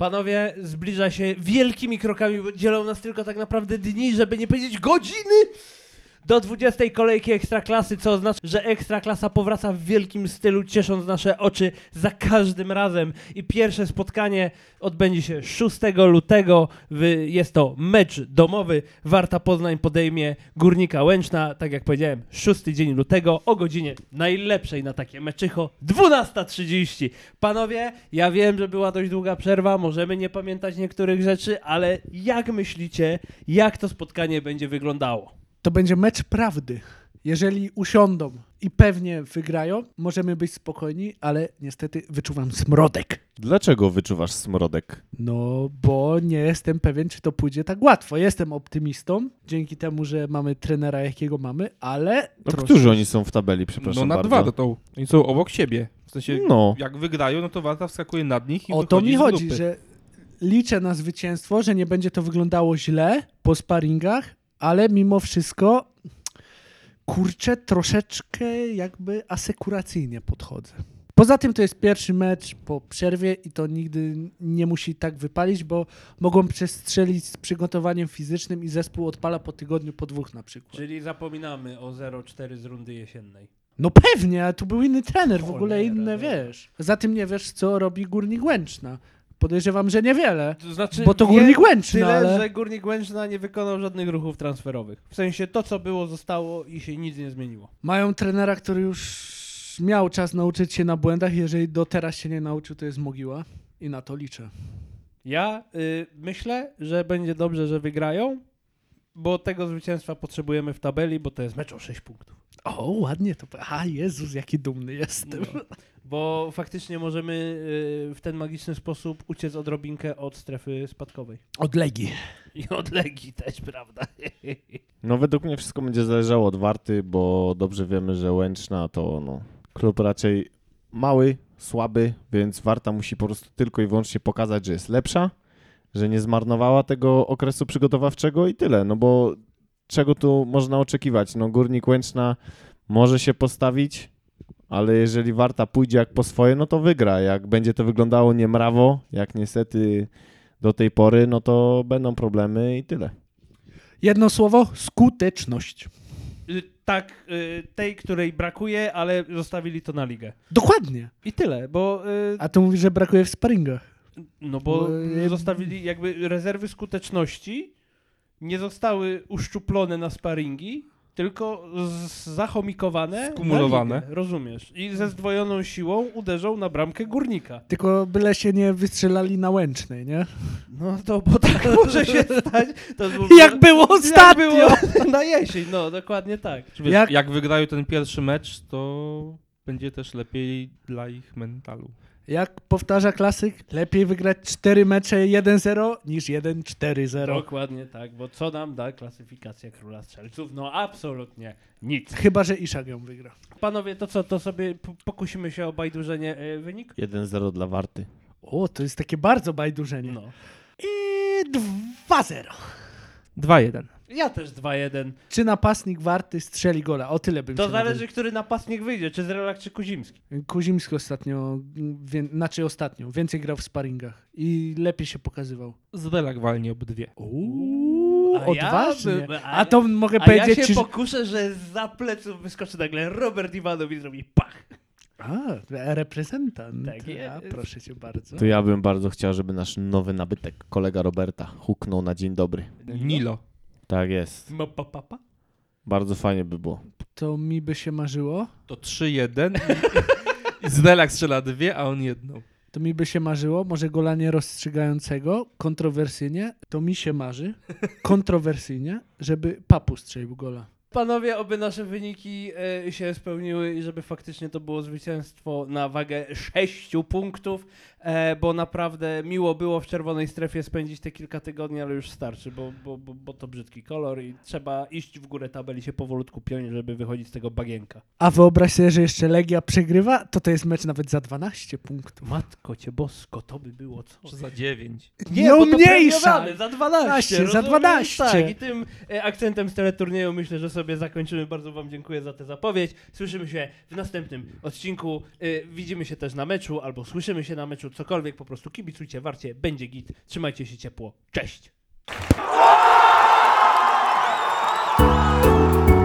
Panowie, zbliża się wielkimi krokami, bo dzielą nas tylko tak naprawdę dni, żeby nie powiedzieć godziny, do 20. kolejki Ekstraklasy, co oznacza, że Ekstraklasa powraca w wielkim stylu, ciesząc nasze oczy za każdym razem. I pierwsze spotkanie odbędzie się 6 lutego. Jest to mecz domowy. Warta Poznań podejmie Górnika Łęczna. Tak jak powiedziałem, 6 dzień lutego o godzinie najlepszej na takie meczycho, 12:30. Panowie, ja wiem, że była dość długa przerwa, możemy nie pamiętać niektórych rzeczy, ale jak myślicie, jak to spotkanie będzie wyglądało? To będzie mecz prawdy. Jeżeli usiądą i pewnie wygrają, możemy być spokojni, ale niestety wyczuwam smrodek. Dlaczego wyczuwasz smrodek? No, bo nie jestem pewien, czy to pójdzie tak łatwo. Jestem optymistą, dzięki temu, że mamy trenera, jakiego mamy, ale... No, którzy oni są w tabeli, przepraszam No na bardzo? 2 to tą. Oni są obok siebie. W sensie, No. jak wygrają, no to Warta wskakuje nad nich i O to mi wychodzi z chodzi, grupy. że liczę na zwycięstwo, że nie będzie to wyglądało źle po sparingach, ale mimo wszystko, kurczę, troszeczkę jakby asekuracyjnie podchodzę. Poza tym to jest pierwszy mecz po przerwie i to nigdy nie musi tak wypalić, bo mogą przestrzelić z przygotowaniem fizycznym i zespół odpala po tygodniu, po 2 na przykład. Czyli zapominamy o 0-4 z rundy jesiennej. No pewnie, a tu był inny trener, w ogóle Cholera, inne, no. wiesz. Za tym nie wiesz, co robi Górnik Łęczna. Podejrzewam, że niewiele. To znaczy, Bo to Górnik Łęczna, tyle, ale... że Górnik Łęczna nie wykonał żadnych ruchów transferowych. W sensie to, co było, zostało i się nic nie zmieniło. Mają trenera, który już miał czas nauczyć się na błędach. Jeżeli do teraz się nie nauczył, to jest mogiła. I na to liczę. Ja myślę, że będzie dobrze, że wygrają, bo tego zwycięstwa potrzebujemy w tabeli, bo to jest mecz o 6 punktów. O, ładnie to... A, Jezus, jaki dumny jestem. No. Bo faktycznie możemy w ten magiczny sposób uciec odrobinkę od strefy spadkowej. Od Legii. I od Legii też, prawda? No według mnie wszystko będzie zależało od Warty, bo dobrze wiemy, że Łęczna to klub raczej mały, słaby, więc Warta musi po prostu tylko i wyłącznie pokazać, że jest lepsza, że nie zmarnowała tego okresu przygotowawczego i tyle, no bo czego tu można oczekiwać? No Górnik Łęczna może się postawić, ale jeżeli Warta pójdzie jak po swoje, no to wygra. Jak będzie to wyglądało niemrawo, jak niestety do tej pory, no to będą problemy i tyle. Jedno słowo, skuteczność. Tak, tej, której brakuje, ale zostawili to na ligę. Dokładnie. I tyle, bo... A to mówisz, że brakuje w sparingach. No bo Bo- zostawili jakby rezerwy skuteczności, nie zostały uszczuplone na sparingi, tylko zachomikowane, Skumulowane. na ligę, rozumiesz? I ze zdwojoną siłą uderzą na bramkę Górnika. Tylko byle się nie wystrzelali na Łęcznej, nie? No to bo tak może się stać. To Jak było ostatnio! Jak było na jesień, no dokładnie tak. Wiesz, jak wygrają ten pierwszy mecz, to będzie też lepiej dla ich mentalu. Jak powtarza klasyk, lepiej wygrać 4 mecze 1-0 niż 1-4-0. Dokładnie tak, bo co nam da klasyfikacja Króla Strzelców? No absolutnie nic. Chyba że Iszak ją wygra. Panowie, to co, to sobie pokusimy się o bajdurzenie wynik? 1-0 dla Warty. O, to jest takie bardzo bajdurzenie. No. I 2-0. 2-1. Ja też 2-1. Czy napastnik Warty strzeli gola? O tyle bym To się zależy, który napastnik wyjdzie, czy Zrelak, czy Kuzimski. Kuzimski ostatnio, ostatnio, więcej grał w sparingach i lepiej się pokazywał. Zdelak walnie obydwie. Odważnie. Ja A to mogę ja powiedzieć... się pokuszę, że za pleców wyskoczy nagle Robert Iwanow i zrobi pach. Reprezentant. Tak jest. Proszę cię bardzo. To ja bym bardzo chciał, żeby nasz nowy nabytek, kolega Roberta, huknął na dzień dobry. Nilo. Tak jest. Papa? Bardzo fajnie by było. To mi by się marzyło. To 3-1 i Zdelak strzela 2, a on 1. To mi by się marzyło, może gola nie rozstrzygającego, kontrowersyjnie, to mi się marzy, kontrowersyjnie, żeby Papu strzelił gola. Panowie, oby nasze wyniki się spełniły i żeby faktycznie to było zwycięstwo na wagę 6 punktów, bo naprawdę miło było w czerwonej strefie spędzić te kilka tygodni, ale już starczy, bo to brzydki kolor i trzeba iść w górę tabeli, się powolutku piąć, żeby wychodzić z tego bagienka. A wyobraź sobie, że jeszcze Legia przegrywa, to jest mecz nawet za 12 punktów. Matko cię bosko, to by było co? Czy za 9. Nie bo to umniejsza! premiowane, za 12, za rozumiesz? 12. Tak, i tym akcentem z teleturnieju myślę, że sobie sobie zakończymy. Bardzo wam dziękuję za tę zapowiedź. Słyszymy się w następnym odcinku. Widzimy się też na meczu, albo słyszymy się na meczu, cokolwiek. Po prostu kibicujcie Warcie, będzie git. Trzymajcie się ciepło. Cześć!